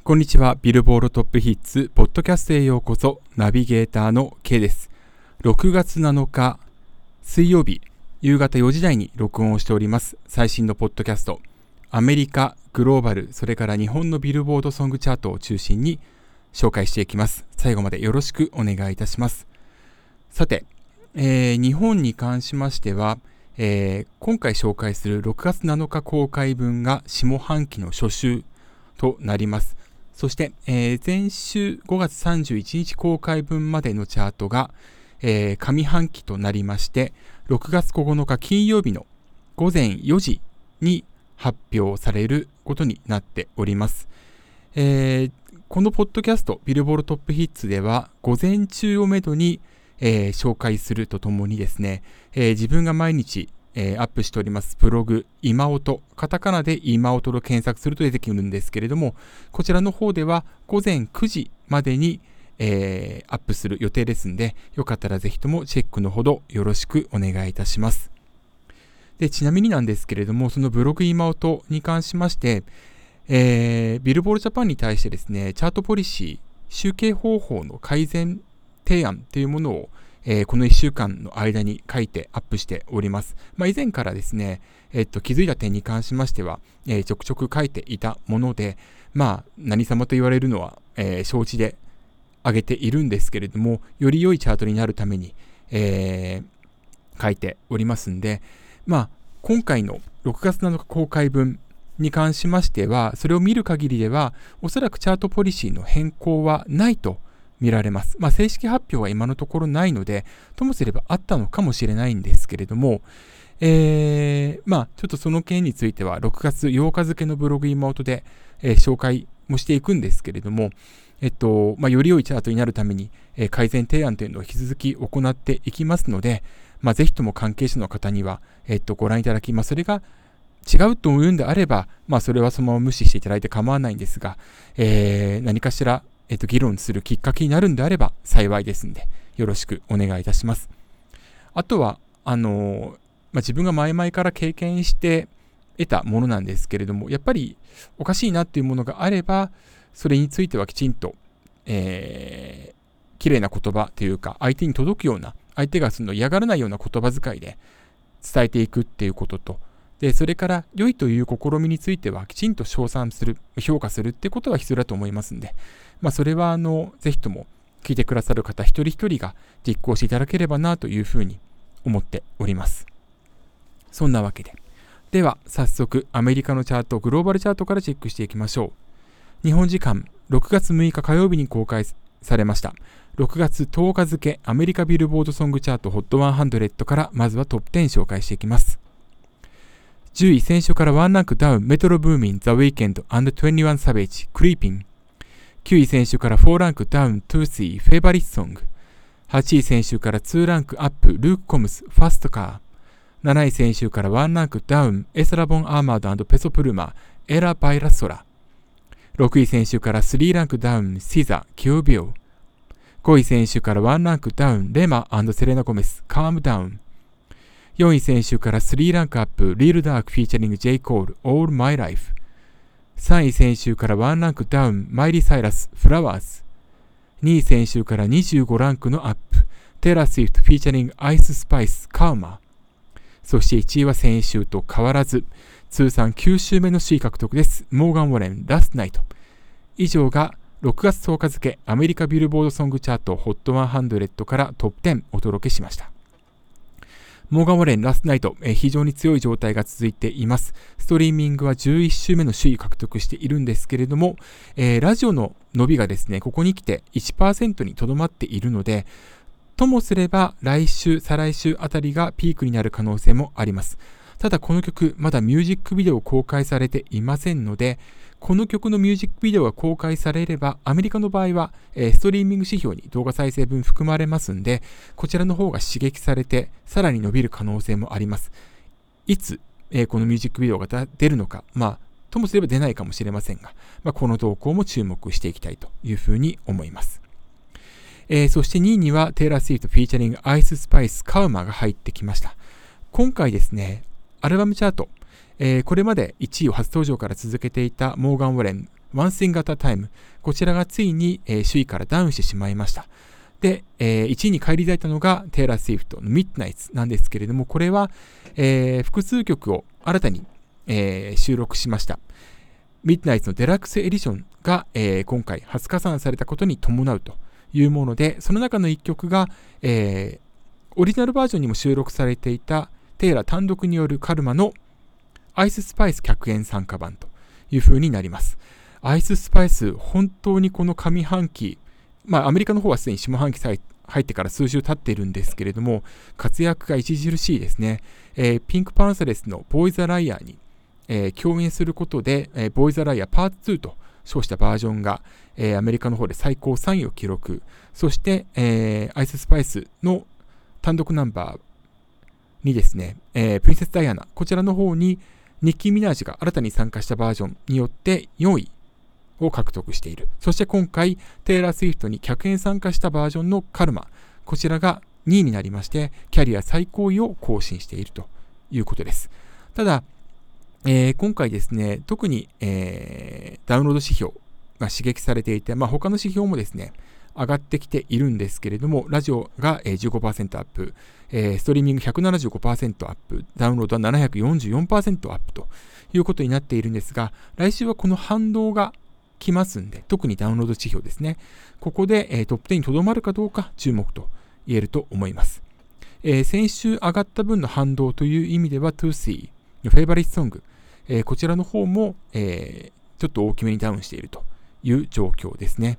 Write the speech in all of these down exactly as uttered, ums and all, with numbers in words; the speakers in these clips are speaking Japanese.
こんにちは。ビルボードトップヒッツポッドキャストへようこそ。ナビゲーターの K です。ろくがつなのか水曜日夕方よじ台に録音をしております最新のポッドキャスト、アメリカ、グローバル、それから日本のビルボードソングチャートを中心に紹介していきます。最後までよろしくお願いいたします。さて、えー、日本に関しましては、えー、今回紹介するろくがつなのか公開分が下半期の初週となります。そして、えー、前週ごがつさんじゅういちにち公開分までのチャートが、えー、上半期となりまして、ろくがつここのか金曜日のごぜんよじに発表されることになっております。えー、このポッドキャストビルボードトップヒッツでは午前中をめどに、えー、紹介するとともにですね、えー、自分が毎日えー、アップしておりますブログ今音、カタカナで今音と検索すると出てくるんですけれども、こちらの方ではごぜんくじまでに、えー、アップする予定ですので、よかったらぜひともチェックのほどよろしくお願いいたします。で、ちなみになんですけれども、そのブログ今音に関しまして、えー、ビルボードジャパンに対してですね、チャートポリシー、集計方法の改善提案というものをえー、このいっしゅうかんの間に書いてアップしております。まあ、以前からですね、えっと、気づいた点に関しましては、えー、ちょくちょく書いていたもので、まあ、何様と言われるのは、えー、承知で挙げているんですけれども、より良いチャートになるために、えー、書いておりますんで、まあ、今回のろくがつなのか公開分に関しましては、それを見る限りでは、おそらくチャートポリシーの変更はないと見られます。まあ、正式発表は今のところないので、ともすればあったのかもしれないんですけれども、えー、まあ、ちょっとその件についてはろくがつようか付のブログ今音で、えー、紹介もしていくんですけれども、えっと、まあ、より良いチャートになるために、えー、改善提案というのを引き続き行っていきますので、まあ、ぜひとも関係者の方には、えっと、ご覧いただき、まあ、それが違うというんであれば、まあ、それはそのまま無視していただいて構わないんですが、えー、何かしらえっと、議論するきっかけになるんであれば幸いですので、よろしくお願いいたします。あとは、あの、まあ、自分が前々から経験して得たものなんですけれども、やっぱりおかしいなっていうものがあれば、それについてはきちんと、えー、綺麗な言葉というか、相手に届くような、相手がその嫌がらないような言葉遣いで伝えていくっていうことと、でそれから良いという試みについてはきちんと称賛する、評価するってことが必要だと思いますので、まあ、それはあのぜひとも聞いてくださる方一人一人が実行していただければなというふうに思っております。そんなわけで、では早速アメリカのチャート、グローバルチャートからチェックしていきましょう。日本時間ろくがつむいか火曜日に公開されましたろくがつとおか付アメリカビルボードソングチャート ホットひゃく からまずはトップじゅう紹介していきます。じゅうい先週からワンランクダウン、メトロブーミン、ザ・ウィーケンド、アンド・トゥエンティワン・サベージ、クリーピン。きゅうい先週からフォーランクダウン、トゥーシー、フェイバリットソング。はちい先週からにランクアップ、ルーク・コムス、ファストカー。なない先週からワンランクダウン、エスラボン・アーマード&ペソプルマ、エラ・バイラ・ソラ。ろくい先週からさんランクダウン、シザ、キュービオ。ごい先週からワンランクダウン、レマ&セレナ・ゴメス、カームダウン。よんい先週からさんランクアップ、リールダークフィーチャリング J. Cole, All My Life。さんい先週からワンランクダウン、マイリー・サイラス、フラワーズ。にい先週からにじゅうごランクのアップ、テラスイフトフィーチャリングアイススパイス、カーマ。そしていちいは先週と変わらず、通算きゅう週目の首位獲得です。モーガン・ウォレン、ラストナイト。以上がろくがつとおか付アメリカビルボードソングチャート ホットひゃく からトップじゅうお届けしました。モーガン・ウォレン、ラストナイト、えー、非常に強い状態が続いています。ストリーミングはじゅういち週目の首位獲得しているんですけれども、えー、ラジオの伸びがですね、ここに来て いちパーセント にとどまっているので、ともすれば来週、再来週あたりがピークになる可能性もあります。ただこの曲、まだミュージックビデオ公開されていませんので、この曲のミュージックビデオが公開されれば、アメリカの場合は、えー、ストリーミング指標に動画再生分含まれますんで、こちらの方が刺激されて、さらに伸びる可能性もあります。いつ、えー、このミュージックビデオが出るのか、まあ、ともすれば出ないかもしれませんが、まあ、この動向も注目していきたいというふうに思います。えー、そしてにいには、テイラー・スウィフトフィーチャリングアイススパイスカウマが入ってきました。今回ですね、アルバムチャート、えー、これまでいちいを初登場から続けていたモーガン・ウォレン One Thing at a Time、こちらがついに、えー、首位からダウンしてしまいました。で、えー、いちいに返り咲いたのがテイラー・スウィフトの Midnights なんですけれども、これは、えー、複数曲を新たに、えー、収録しました。Midnights のデラックスエディションが、えー、今回初加算されたことに伴うというもので、その中のいっきょくが、えー、オリジナルバージョンにも収録されていたテイラー単独によるカルマのアイススパイス客演参加版という風になります。アイススパイス、本当にこの上半期、まあアメリカの方はすでに下半期入ってから数週経っているんですけれども、活躍が著しいですね。えー、ピンクパンサレスのボーイザライアーに、えー、共演することで、えー、ボーイザライアーパートツーと称したバージョンが、えー、アメリカの方で最高さんいを記録。そして、えー、アイススパイスの単独ナンバーにですね、えー、プリンセスダイアナ、こちらの方にニッキー・ミナージが新たに参加したバージョンによってよんいを獲得している。そして今回、テイラー・スウィフトに客演参加したバージョンのカルマ、こちらがにいになりまして、キャリア最高位を更新しているということです。ただ、えー、今回ですね、特に、えー、ダウンロード指標が刺激されていて、まあ、他の指標もですね、上がってきているんですけれども、ラジオが じゅうごパーセント アップ、えー、ストリーミング ひゃくななじゅうごパーセント アップ、ダウンロードは ななひゃくよんじゅうよんパーセント アップということになっているんですが、来週はこの反動が来ますんで、特にダウンロード指標ですね。ここで、えー、トップじゅうにとどまるかどうか注目と言えると思います。えー、先週上がった分の反動という意味では、トゥーシーのフェイバリットソング、えー、こちらの方も、えー、ちょっと大きめにダウンしているという状況ですね。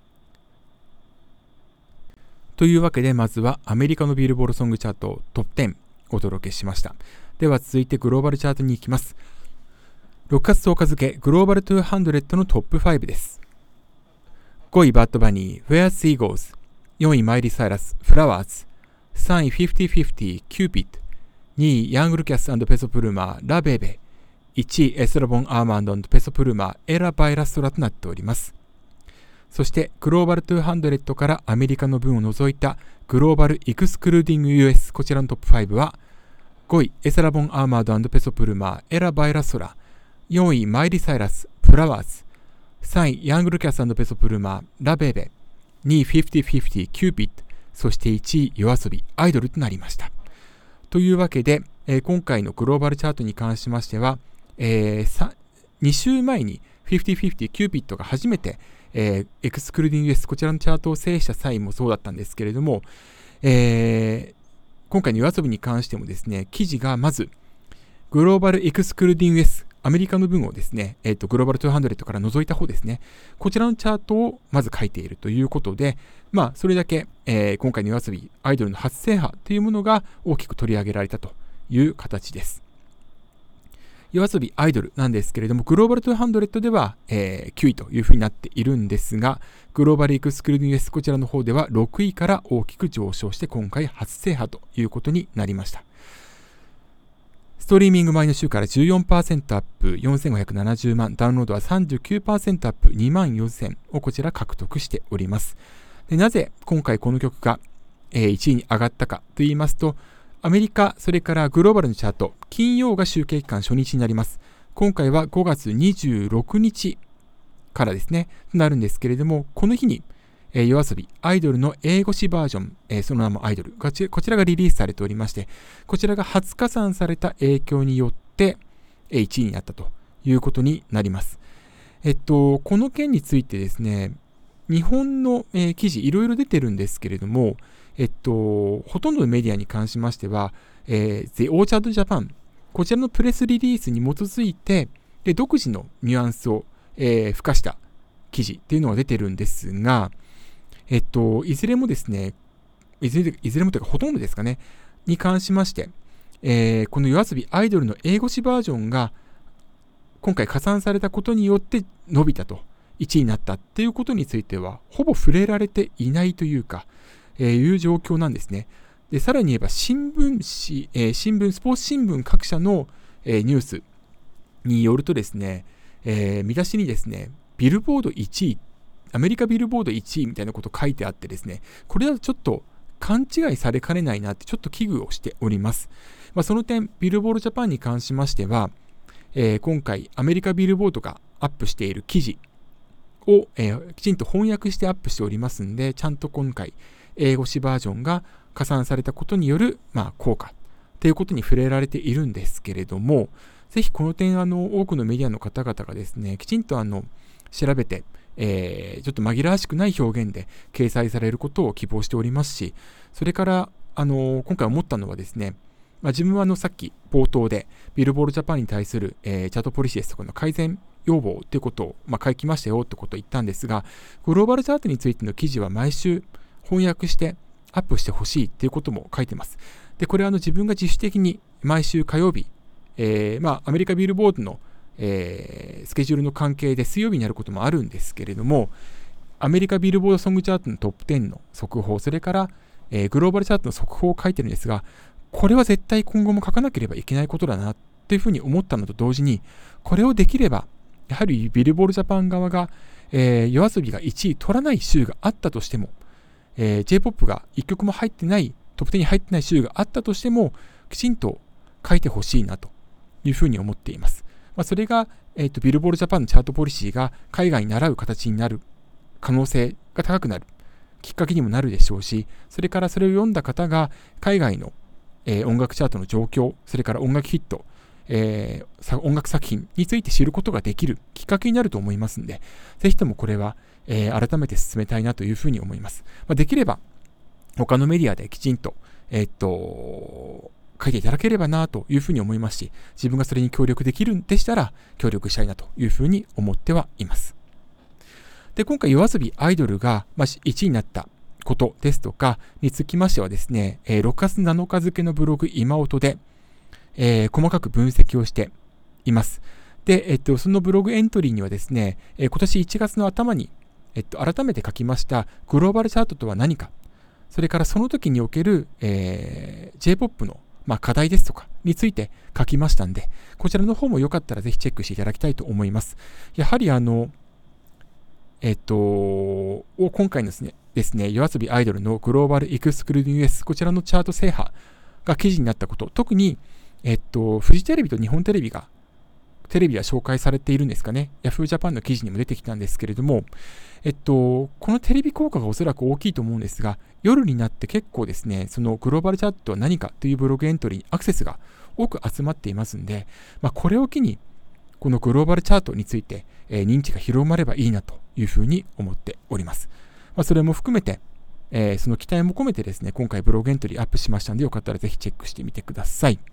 というわけで、まずはアメリカのビルボードソングチャートトップじゅうお届けしました。では続いてグローバルチャートに行きます。ろくがつとおか付グローバルにひゃくのトップごです。ごいバッドバニー Where Sea Goes、 よんいマイリー・サイラス Flowers、 さんいフィフティフィフティ Cupid、 にいヤングルキャス&ペソプルマーラベベ、いちいエストラボン・アーマンド&ペソプルマーエラ・バイラストラとなっております。そしてグローバルにひゃくからアメリカの分を除いたグローバルエクスクルーディング ユーエス、 こちらのトップごはごいエスラボン・アーマード&ペソプルマーエラ・バイラストラ、よんいマイリー・サイラスフラワーズ、さんいヤングルキャス&ペソプルマーラベベ、にいフィフティフィフティキューピッド、そしていちい夜遊びアイドルとなりました。というわけで、えー、今回のグローバルチャートに関しましては、えー、に週前にフィフティフィフティキューピッドが初めて、えー、エクスクルーディング ユーエス、 こちらのチャートを制した際もそうだったんですけれども、えー、今回の夜遊びに関してもですね、記事がまずグローバルエクスクルーディング ユーエス、 アメリカの分をですね、えーと、グローバルにひゃくから除いた方ですね、こちらのチャートをまず書いているということで、まあそれだけ、えー、今回の夜遊びアイドルの初制覇というものが大きく取り上げられたという形です。夜遊びアイドルなんですけれども、グローバルにひゃくでは、えー、きゅういというふうになっているんですが、グローバルエクスクルーディング ユーエス、 こちらの方ではろくいから大きく上昇して今回初制覇ということになりました。ストリーミング前の週から じゅうよんパーセント アップ、よんせんごひゃくななじゅうまん、ダウンロードは さんじゅうきゅうパーセント アップ、にまんよんせんをこちら獲得しております。で、なぜ今回この曲が、えー、いちいに上がったかと言いますと、アメリカ、それからグローバルのチャート、金曜が集計期間初日になります。今回はごがつにじゅうろくにちからですね、となるんですけれども、この日に、えー、夜遊びアイドルの英語詞バージョン、えー、その名もアイドル、こちらがリリースされておりまして、こちらが初加算された影響によって、えー、いちいになったということになります。えっと、この件についてですね、日本の、えー、記事いろいろ出てるんですけれども、えっと、ほとんどのメディアに関しましては、えー、The Orchard Japan、こちらのプレスリリースに基づいて、で独自のニュアンスを、えー、付加した記事っていうのが出てるんですが、えっと、いずれもですね、いずれ、いずれもというかほとんどですかね、に関しまして、えー、この夜遊びアイドルの英語詞バージョンが今回加算されたことによって伸びたと、いちいになったっていうことについては、ほぼ触れられていないというか、えー、いう状況なんですね。で、さらに言えば新聞紙、えー、新聞、スポーツ新聞各社の、えー、ニュースによるとですね、えー、見出しにですね、ビルボードいちい、アメリカビルボードいちいみたいなこと書いてあってですね、これだとちょっと勘違いされかねないなってちょっと危惧をしております。まあ、その点、ビルボードジャパンに関しましては、えー、今回アメリカビルボードがアップしている記事を、えー、きちんと翻訳してアップしておりますんで、ちゃんと今回英語詞バージョンが加算されたことによる、まあ、効果ということに触れられているんですけれども、ぜひこの点あの多くのメディアの方々がですね、きちんとあの調べて、えー、ちょっと紛らわしくない表現で掲載されることを希望しておりますし、それからあの今回思ったのはですね、まあ、自分はあのさっき冒頭でビルボードジャパンに対する、えー、チャットポリシーですとかの改善要望ということを、まあ、書きましたよってことを言ったんですが、グローバルチャートについての記事は毎週翻訳してアップしてほしいっていうことも書いてます。で、これはあの自分が自主的に毎週火曜日、えー、まあアメリカビルボードの、えー、スケジュールの関係で水曜日になることもあるんですけれども、アメリカビルボードソングチャートのトップじゅうの速報、それから、えー、グローバルチャートの速報を書いてるんですが、これは絶対今後も書かなければいけないことだなというふうに思ったのと同時に、これをできればやはりビルボードジャパン側が、えー、夜遊びがいちい取らない週があったとしても、えー、J-ポップ がいっきょくも入ってないトップじゅうに入ってない週があったとしても、きちんと書いてほしいなというふうに思っています。まあ、それが、えーと、ビルボードジャパンのチャートポリシーが海外に倣う形になる可能性が高くなるきっかけにもなるでしょうし、それからそれを読んだ方が海外の、えー、音楽チャートの状況、それから音楽ヒット、えー、音楽作品について知ることができるきっかけになると思いますので、ぜひともこれは、えー、改めて進めたいなというふうに思います。まあ、できれば他のメディアできちんと、えー、っと書いていただければなというふうに思いますし、自分がそれに協力できるんでしたら協力したいなというふうに思ってはいます。で、今回夜遊びアイドルが、まあ、いちいになったことですとかにつきましてはですね、えー、ろくがつなのか付のブログ今音で、えー、細かく分析をしています。で、えっと、そのブログエントリーにはですね、えー、今年いちがつの頭に、えっと、改めて書きましたグローバルチャートとは何か、それからその時における、えー、J-ポップ の、まあ、課題ですとかについて書きましたんで、こちらの方もよかったらぜひチェックしていただきたいと思います。やはりあの、えっと、今回のですね、ですね、夜遊びアイドルのグローバルエクスクルーディング S、こちらのチャート制覇が記事になったこと、特に、えっと、フジテレビと日本テレビが、テレビは紹介されているんですかね。ヤフージャパンの記事にも出てきたんですけれども、えっと、このテレビ効果がおそらく大きいと思うんですが、夜になって結構ですね、そのグローバルチャートとは何かというブログエントリーにアクセスが多く集まっていますんで、まあ、これを機に、このグローバルチャートについて、えー、認知が広まればいいなというふうに思っております。まあ、それも含めて、えー、その期待も込めてですね、今回ブログエントリーアップしましたので、よかったらぜひチェックしてみてください。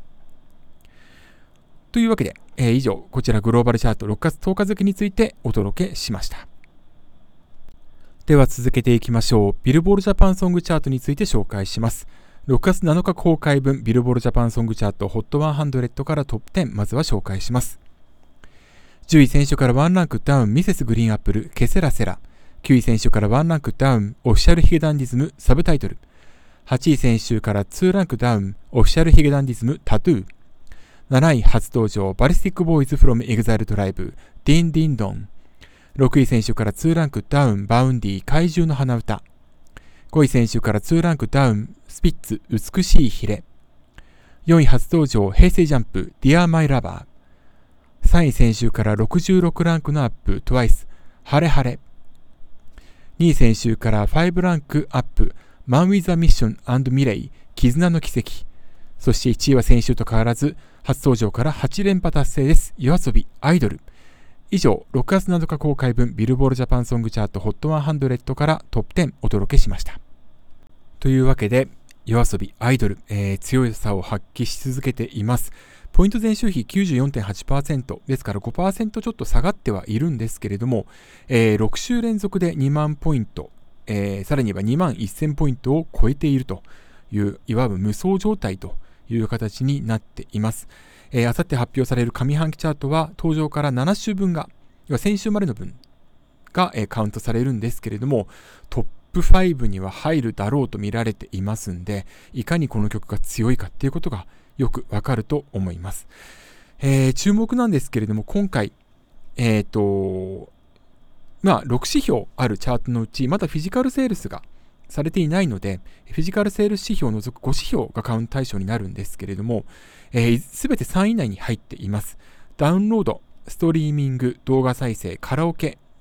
というわけで、えー、以上、こちらグローバルチャートろくがつとおか付についてお届けしました。では続けていきましょう。ビルボードジャパンソングチャートについて紹介します。ろくがつなのか公開分、ビルボードジャパンソングチャート ホットひゃく からトップじゅう、まずは紹介します。じゅうい選手からワンランクダウン、ミセスグリーンアップル、ケセラセラ。きゅうい選手からワンランクダウン、オフィシャルヒゲダンディズム、サブタイトル。はちい選手からにランクダウン、オフィシャルヒゲダンディズム、タトゥー。なない初登場、バリスティックボーイズフロムエグザイルトライブ、ディンディンドン。ろくい選手からにランクダウン、バウンディ、怪獣の花歌。ごい選手からにランクダウン、スピッツ、美しいヒレ。よんい初登場、平成ジャンプ、ディアマイラバー。さんい選手からろくじゅうろくランクのアップ、トゥワイス、ハレハレ。にい選手からごランクアップ、マンウィザミッション&ミレイ、絆の奇跡。そしていちいは先週と変わらず、初登場からはち連覇達成です。夜遊びアイドル。以上、ろくがつなのか公開分ビルボードジャパンソングチャート ホットひゃく からトップじゅうお届けしました。というわけで、夜遊びアイドル、えー、強さを発揮し続けています。ポイント前週比 きゅうじゅうよんてんはちパーセント ですから ごパーセント ちょっと下がってはいるんですけれども、えー、ろく週連続でにまんポイント、えー、さらにはにまんせんポイントを超えているという、いわば無双状態という形になっています。えー、あさって発表される上半期チャートは登場からなな週分が、要は先週までの分が、えー、カウントされるんですけれども、トップごには入るだろうと見られていますんで、いかにこの曲が強いかっていうことがよくわかると思います。えー、注目なんですけれども、今回、えっと、まあ、ろく指標あるチャートのうち、まだフィジカルセールスがされていないので、フィジカルセールス指標を除くご指標がカウント対象になるんですけれども、すべ、えー、てさんい以内に入っています。ダウンロード、ストリーミング、動画再生、カラオケが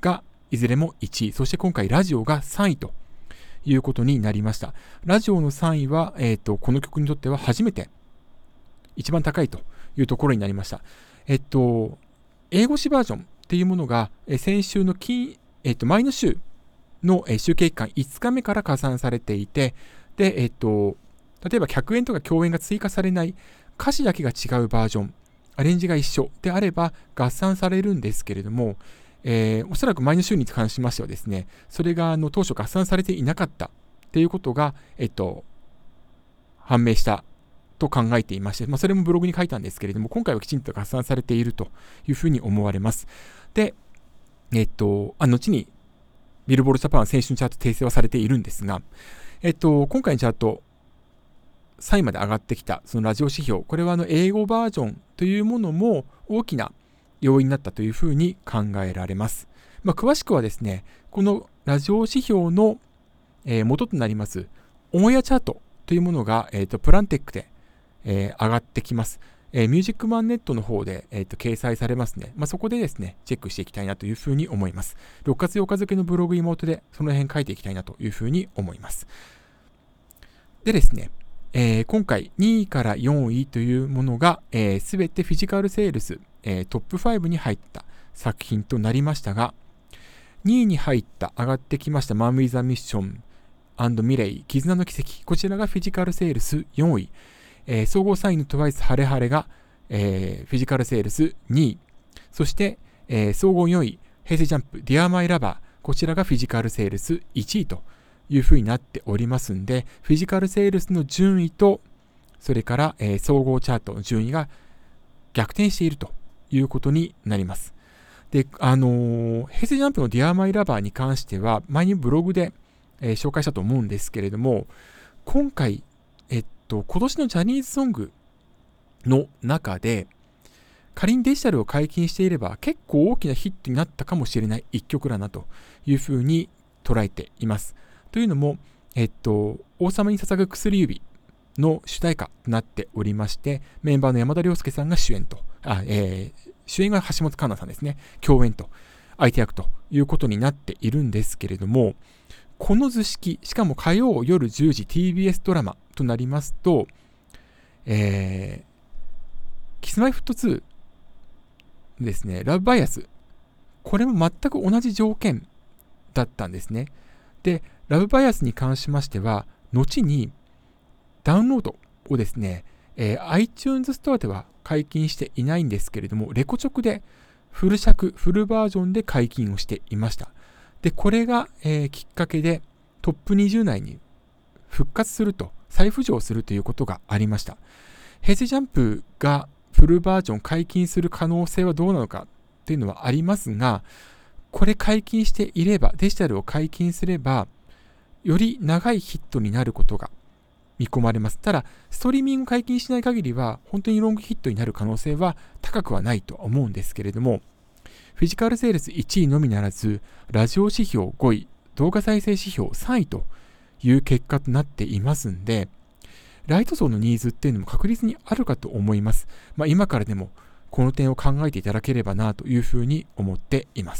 いずれもいちい、そして今回ラジオがさんいということになりました。ラジオのさんいは、えーと、この曲にとっては初めて一番高いというところになりました。えっと、英語詞バージョンっていうものが、え先週の金、えっと、前の週の、え集計期間いつかめから加算されていて、で、えっと、例えば客演とか共演が追加されない歌詞だけが違うバージョン、アレンジが一緒であれば合算されるんですけれども、えー、おそらく前の週に関しましてはですね、それがあの当初合算されていなかったっていうことが、えっと、判明したと考えていまして、まあ、それもブログに書いたんですけれども、今回はきちんと合算されているというふうに思われます。で、えっと、あ後にビルボールジャパンは先週のチャート訂正はされているんですが、えっと、今回のチャート、さんいまで上がってきたそのラジオ指標、これはあの英語バージョンというものも大きな要因になったというふうに考えられます。まあ、詳しくはですね、このラジオ指標の、えー、元となりますオンエアチャートというものが、えー、とプランテックで、えー、上がってきます。えー、ミュージックマンネットの方で、えー、と掲載されますね。まあ、そこでですね、チェックしていきたいなというふうに思います。ろくがつようか付のブログ妹でその辺書いていきたいなというふうに思います。でですね、えー、今回にいからよんいというものがすべ、えー、てフィジカルセールス、えー、トップごに入った作品となりましたが、にいに入った上がってきましたマン・ウィザ・ミッション&ミレイ絆の奇跡、こちらがフィジカルセールスよんい、えー、総合さんいのトワイスハレハレが、えー、フィジカルセールスにい、そして、えー、総合よんい平成ジャンプディアマイラバー、こちらがフィジカルセールスいちいというふうになっておりますんで、フィジカルセールスの順位とそれから、えー、総合チャートの順位が逆転しているということになります。で、あのー、平成ジャンプのディアマイラバーに関しては前にブログで、えー、紹介したと思うんですけれども、今回、えっと、今年のジャニーズソングの中で仮にデジタルを解禁していれば結構大きなヒットになったかもしれない一曲だなというふうに捉えています。というのも、えっと、王様に捧ぐ薬指の主題歌となっておりまして、メンバーの山田涼介さんが主演と、あ、えー、主演が橋本環奈さんですね、共演と、相手役ということになっているんですけれども、この図式、しかも火曜夜じゅうじ ティービーエス ドラマとなりますと、えー、キスマイフットツーですね、ラブバイアス、これも全く同じ条件だったんですね。で、ラブバイアスに関しましては、後にダウンロードをですね、えー、iTunes ストアでは解禁していないんですけれども、レコチョクでフル尺、フルバージョンで解禁をしていました。で、これが、えー、きっかけでトップにじゅう内に復活すると、再浮上するということがありました。平成ジャンプがフルバージョン解禁する可能性はどうなのかというのはありますが、これ解禁していれば、デジタルを解禁すれば、より長いヒットになることが見込まれます。ただ、ストリーミング解禁しない限りは、本当にロングヒットになる可能性は高くはないと思うんですけれども、フィジカルセールスいちいのみならず、ラジオ指標ごい、動画再生指標さんいという結果となっていますんで、ライト層のニーズっていうのも確実にあるかと思います。まあ、今からでもこの点を考えていただければなというふうに思っています。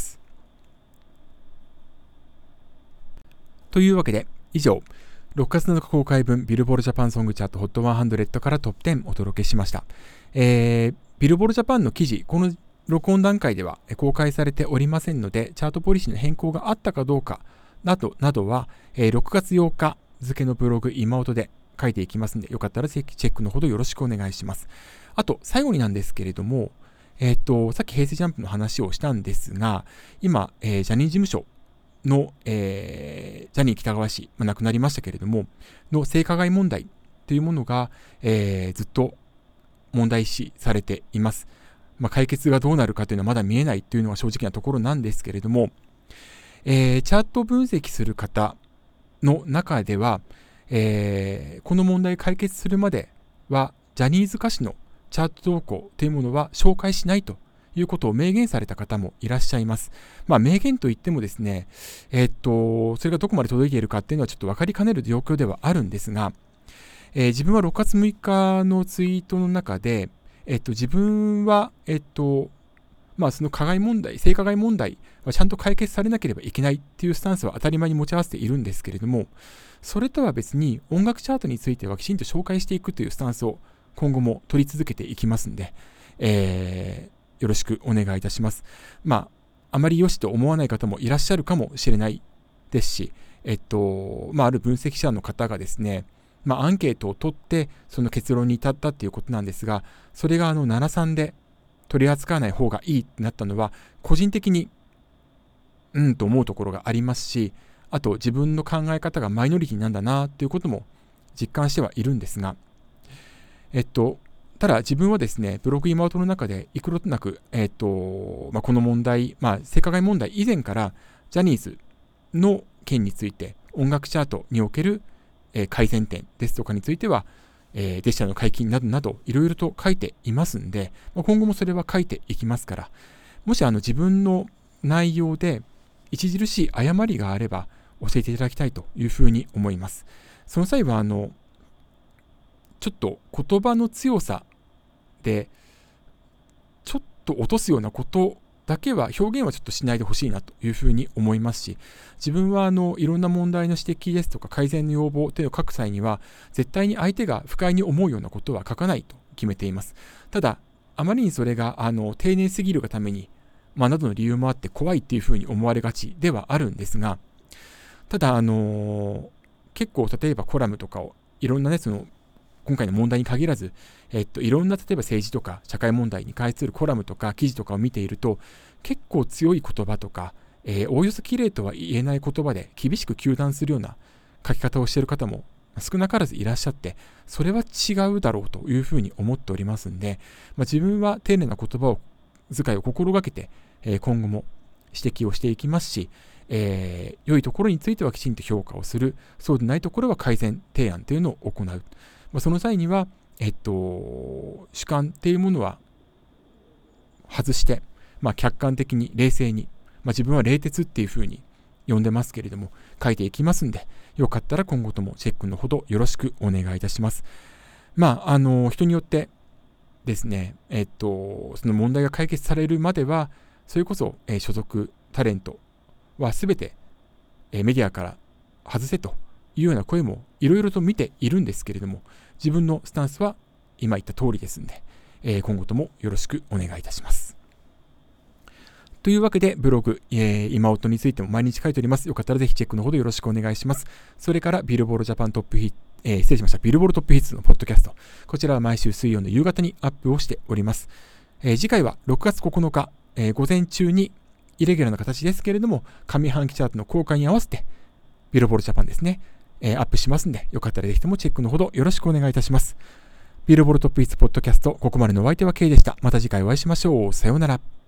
というわけで、以上、ろくがつなのか公開分ビルボールジャパンソングチャート ホットひゃく からトップじゅうお届けしました。えー、ビルボールジャパンの記事、この録音段階では公開されておりませんので、チャートポリシーの変更があったかどうかなどなどは、えー、ろくがつようか付のブログ今音で書いていきますので、よかったらチェックのほどよろしくお願いします。あと、最後になんですけれども、えっと、さっき平成ジャンプの話をしたんですが、今、えー、ジャニーズ事務所の、えー、ジャニー喜多川氏、まあ、亡くなりましたけれども、の性加害問題というものが、えー、ずっと問題視されています。まあ、解決がどうなるかというのはまだ見えないというのが正直なところなんですけれども、えー、チャート分析する方の中では、えー、この問題解決するまではジャニーズ歌手のチャート動向というものは紹介しないということを明言された方もいらっしゃいます。まあ、明言といってもですね、えー、っと、それがどこまで届いているかっていうのはちょっと分かりかねる状況ではあるんですが、えー、自分はろくがつむいかのツイートの中で、えー、っと、自分は、えー、っと、 まあその加害問題、性加害問題はちゃんと解決されなければいけないっていうスタンスは当たり前に持ち合わせているんですけれども、それとは別に音楽チャートについてはきちんと紹介していくというスタンスを今後も取り続けていきますんで、えー、よろしくお願いいたします。まあ、あまり良しと思わない方もいらっしゃるかもしれないですし、えっと、まあ、ある分析者の方がですね、まあ、アンケートを取ってその結論に至ったっていうことなんですが、それがあのななさんで取り扱わない方がいいってなったのは、個人的にうんと思うところがありますし、あと自分の考え方がマイノリティなんだなっていうことも実感してはいるんですが、えっと、ただ自分はですね、ブログ今音の中で幾度となく、えっと、まあ、この問題、まあ、性加害問題以前からジャニーズの件について音楽チャートにおける、えー、改善点ですとかについては、えー、デジタルの解禁などなどいろいろと書いていますんで、まあ、今後もそれは書いていきますから、もしあの自分の内容で著しい誤りがあれば教えていただきたいというふうに思います。その際はあのちょっと言葉の強さでちょっと落とすようなことだけは表現はちょっとしないでほしいなというふうに思いますし、自分はあのいろんな問題の指摘ですとか改善の要望というのを書く際には絶対に相手が不快に思うようなことは書かないと決めています。ただあまりにそれがあの丁寧すぎるがために、まあ、などの理由もあって怖いっていうふうに思われがちではあるんですが、ただあのー、結構例えばコラムとかをいろんなねその今回の問題に限らず、えっと、いろんな例えば政治とか社会問題に関するコラムとか記事とかを見ていると、結構強い言葉とか、えー、おおよそ綺麗とは言えない言葉で厳しく糾弾するような書き方をしている方も少なからずいらっしゃって、それは違うだろうというふうに思っておりますんで、まあ、自分は丁寧な言葉を遣いを心がけて、えー、今後も指摘をしていきますし、えー、良いところについてはきちんと評価をする、そうでないところは改善提案というのを行う。まあ、その際には、えっと、主観っていうものは外して、まあ、客観的に冷静に、まあ、自分は冷徹っていうふうに呼んでますけれども書いていきますんで、よかったら今後ともチェックのほどよろしくお願いいたします。まあ、あの人によってですね、えっと、その問題が解決されるまではそれこそ、えー、所属タレントはすべて、えー、メディアから外せというような声もいろいろと見ているんですけれども、自分のスタンスは今言った通りですんで、えー、今後ともよろしくお願いいたします。というわけでブログ、えー、今音についても毎日書いております。よかったらぜひチェックのほどよろしくお願いします。それからビルボードジャパントップヒット、えー、失礼しました。ビルボードトップヒッツのポッドキャスト。こちらは毎週水曜の夕方にアップをしております。えー、次回はろくがつここのか、えー、午前中にイレギュラーな形ですけれども、上半期チャートの公開に合わせてビルボードジャパンですね、えー、アップしますんで、よかったらぜひともチェックのほどよろしくお願いいたします。ビルボードトップヒッツポッドキャスト、ここまでのお相手は K でした。また次回お会いしましょう。さようなら。